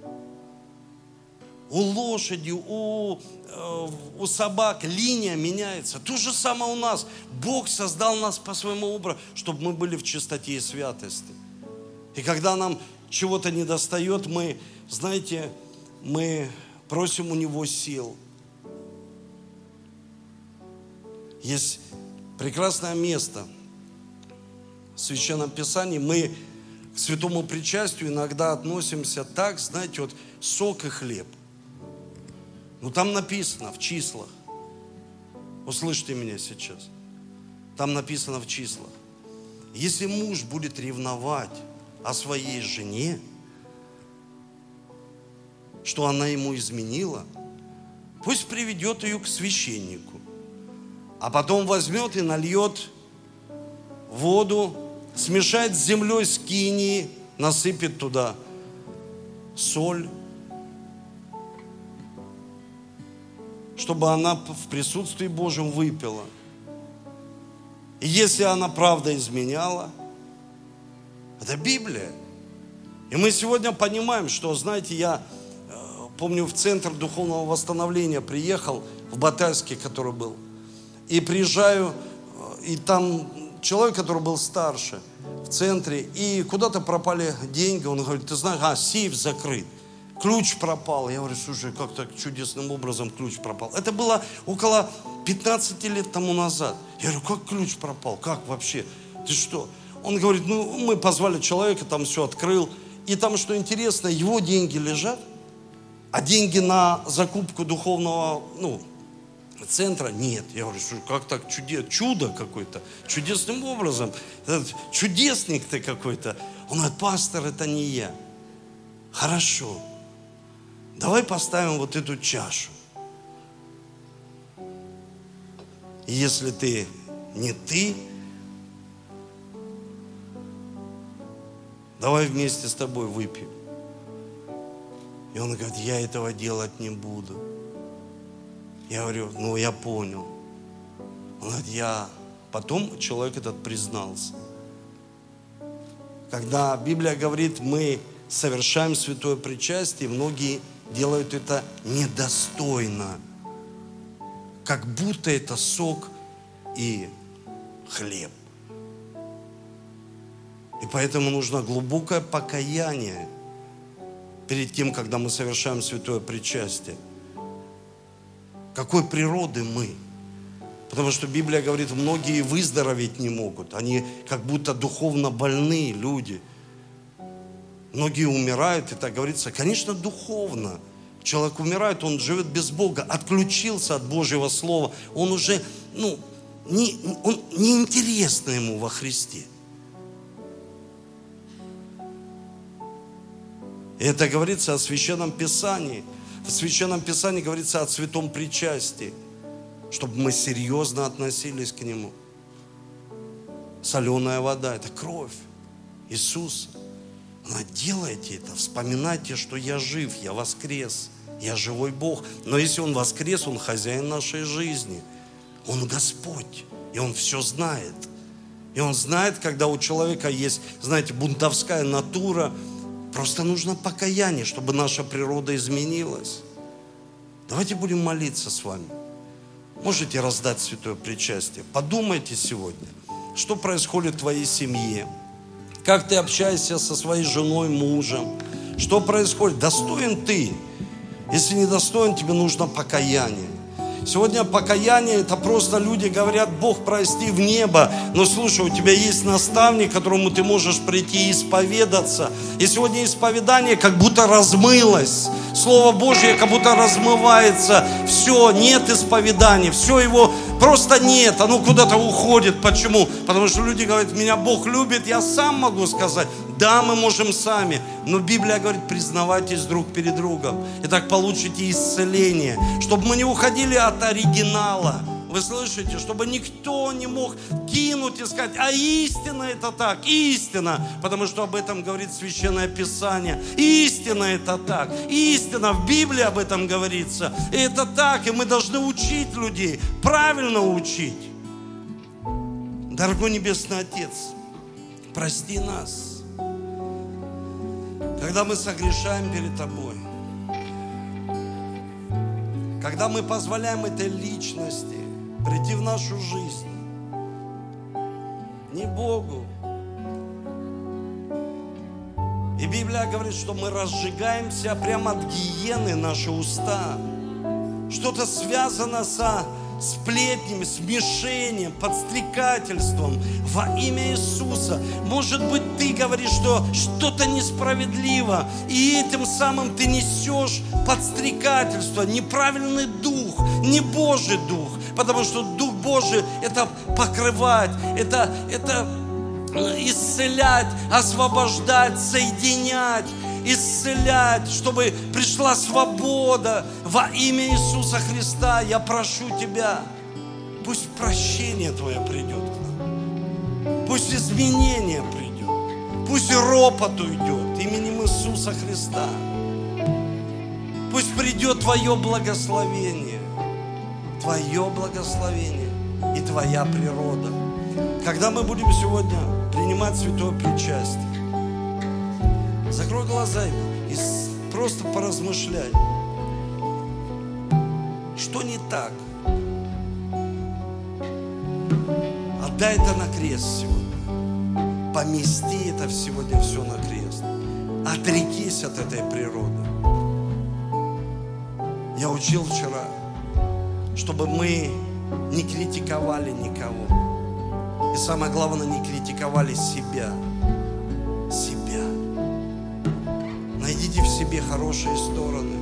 У лошади, у собак линия меняется. То же самое у нас. Бог создал нас по своему образу, чтобы мы были в чистоте и святости. И когда нам чего-то недостает, мы просим у Него сил. Есть прекрасное место в Священном Писании. Мы к святому причастию иногда относимся так, сок и хлеб. Там написано в числах. Услышьте меня сейчас. Там написано в числах. Если муж будет ревновать о своей жене, что она ему изменила, пусть приведет ее к священнику, а потом возьмет и нальет воду, смешает с землей скинии, насыпет туда соль, чтобы она в присутствии Божьем выпила. И если она правда изменяла, это Библия. И мы сегодня понимаем, что, знаете, я помню, в Центр Духовного Восстановления приехал, в Батайске, который был. И приезжаю, и там человек, который был старше, в центре, и куда-то пропали деньги. Он говорит, ты знаешь, сейф закрыт, ключ пропал. Я говорю, слушай, как так чудесным образом ключ пропал? Это было около 15 лет тому назад. Я говорю, как ключ пропал? Как вообще? Ты что? Он говорит, мы позвали человека, там все открыл. И там, что интересно, его деньги лежат, а деньги на закупку духовного, центра нет. Я говорю, что как так чудо какое-то, чудесным образом. Этот чудесник ты какой-то. Он говорит, пастор, это не я. Хорошо. Давай поставим вот эту чашу. И если ты не ты, давай вместе с тобой выпьем. И он говорит, я этого делать не буду. Я говорю, я понял. Он говорит, Потом человек этот признался. Когда Библия говорит, мы совершаем святое причастие, многие делают это недостойно. Как будто это сок и хлеб. И поэтому нужно глубокое покаяние перед тем, когда мы совершаем святое причастие. Какой природы мы? Потому что Библия говорит, многие выздороветь не могут. Они как будто духовно больные люди. Многие умирают, и так говорится, конечно, духовно. Человек умирает, он живет без Бога, отключился от Божьего Слова. Он уже, неинтересно ему во Христе. И это говорится о Священном Писании. В Священном Писании говорится о святом причастии, чтобы мы серьезно относились к нему. Соленая вода – это кровь Иисуса. Делайте это, вспоминайте, что я жив, я воскрес, я живой Бог. Но если Он воскрес, Он хозяин нашей жизни. Он Господь, и Он все знает. И Он знает, когда у человека есть, знаете, бунтовская натура. Просто нужно покаяние, чтобы наша природа изменилась. Давайте будем молиться с вами. Можете раздать святое причастие. Подумайте сегодня, что происходит в твоей семье. Как ты общаешься со своей женой, мужем. Что происходит? Достоин ты. Если не достоин, тебе нужно покаяние. Сегодня покаяние, это просто люди говорят, Бог, прости, в небо. Но слушай, у тебя есть наставник, к которому ты можешь прийти и исповедаться. И сегодня исповедание как будто размылось. Слово Божье как будто размывается. Все, нет исповедания, все его просто нет. Оно куда-то уходит. Почему? Потому что люди говорят, меня Бог любит, я сам могу сказать. Да, мы можем сами, но Библия говорит, признавайтесь друг перед другом. И так получите исцеление, чтобы мы не уходили от оригинала. Вы слышите? Чтобы никто не мог кинуть и сказать, а истина это так, истина. Потому что об этом говорит Священное Писание. Истина это так, истина, в Библии об этом говорится. И это так, и мы должны учить людей, правильно учить. Дорогой Небесный Отец, прости нас. Когда мы согрешаем перед Тобой, когда мы позволяем этой личности прийти в нашу жизнь, не Богу. И Библия говорит, что мы разжигаемся прямо от гиены, наши уста. Что-то связано со сплетнями, смешением, подстрекательством во имя Иисуса. Может быть, ты говоришь, что что-то несправедливо, и этим самым ты несешь подстрекательство, неправильный дух, не Божий дух, потому что Дух Божий – это покрывать, это исцелять, освобождать, соединять, исцелять, чтобы пришла свобода во имя Иисуса Христа. Я прошу Тебя, пусть прощение Твое придет к нам, пусть изменение придет, пусть ропот уйдет именем Иисуса Христа, пусть придет Твое благословение и Твоя природа. Когда мы будем сегодня принимать святое причастие, закрой глаза и просто поразмышляй, что не так. Отдай это на крест сегодня. Помести это сегодня все на крест. Отрекись от этой природы. Я учил вчера, чтобы мы не критиковали никого. И самое главное, не критиковали себя. Себя. Найдите в себе хорошие стороны.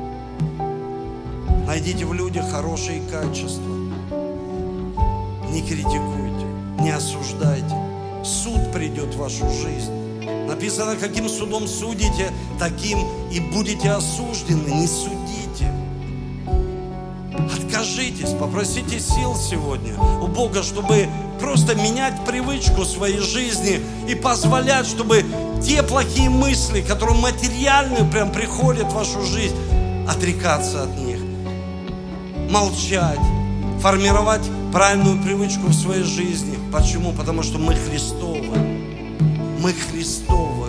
Найдите в людях хорошие качества. Не критикуйте, не осуждайте. Суд придет в вашу жизнь. Написано, каким судом судите, таким и будете осуждены. Не судите. Откажитесь, попросите сил сегодня у Бога, чтобы просто менять привычку своей жизни и позволять, чтобы те плохие мысли, которые материальные прям приходят в вашу жизнь, отрекаться от них, молчать, формировать правильную привычку в своей жизни. Почему? Потому что мы Христовы. Мы Христовы.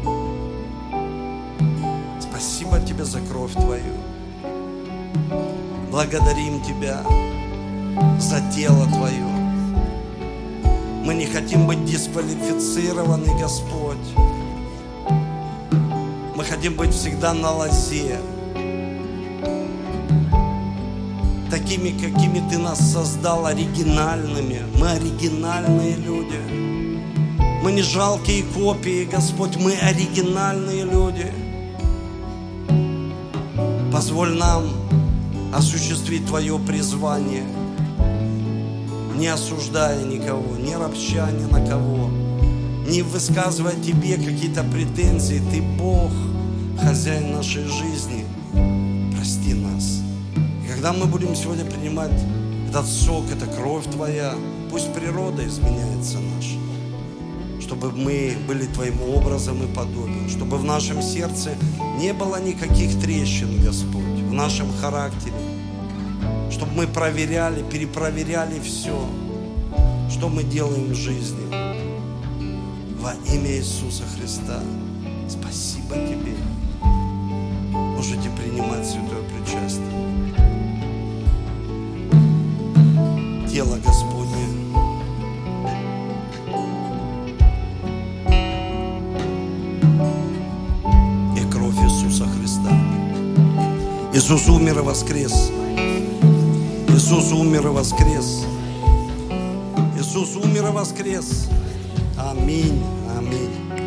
Спасибо Тебе за кровь Твою. Благодарим Тебя за тело Твое. Мы не хотим быть дисквалифицированы, Господь. Мы хотим быть всегда на лозе. Такими, какими Ты нас создал, оригинальными. Мы оригинальные люди. Мы не жалкие копии, Господь, мы оригинальные люди. Позволь нам осуществить Твое призвание, не осуждая никого, не ропща ни на кого, не высказывая Тебе какие-то претензии. Ты Бог, хозяин нашей жизни. Прости нас. И когда мы будем сегодня принимать этот сок, это кровь Твоя, пусть природа изменяется наша, чтобы мы были Твоим образом и подобием, чтобы в нашем сердце не было никаких трещин, Господь, в нашем характере, чтобы мы проверяли, перепроверяли все, что мы делаем в жизни. Во имя Иисуса Христа. Спасибо Тебе. Можете принимать святое причастие. Тело Господне. И кровь Иисуса Христа. Иисус умер и воскрес. Иисус умер и воскрес. Иисус умер и воскрес. Аминь. Аминь.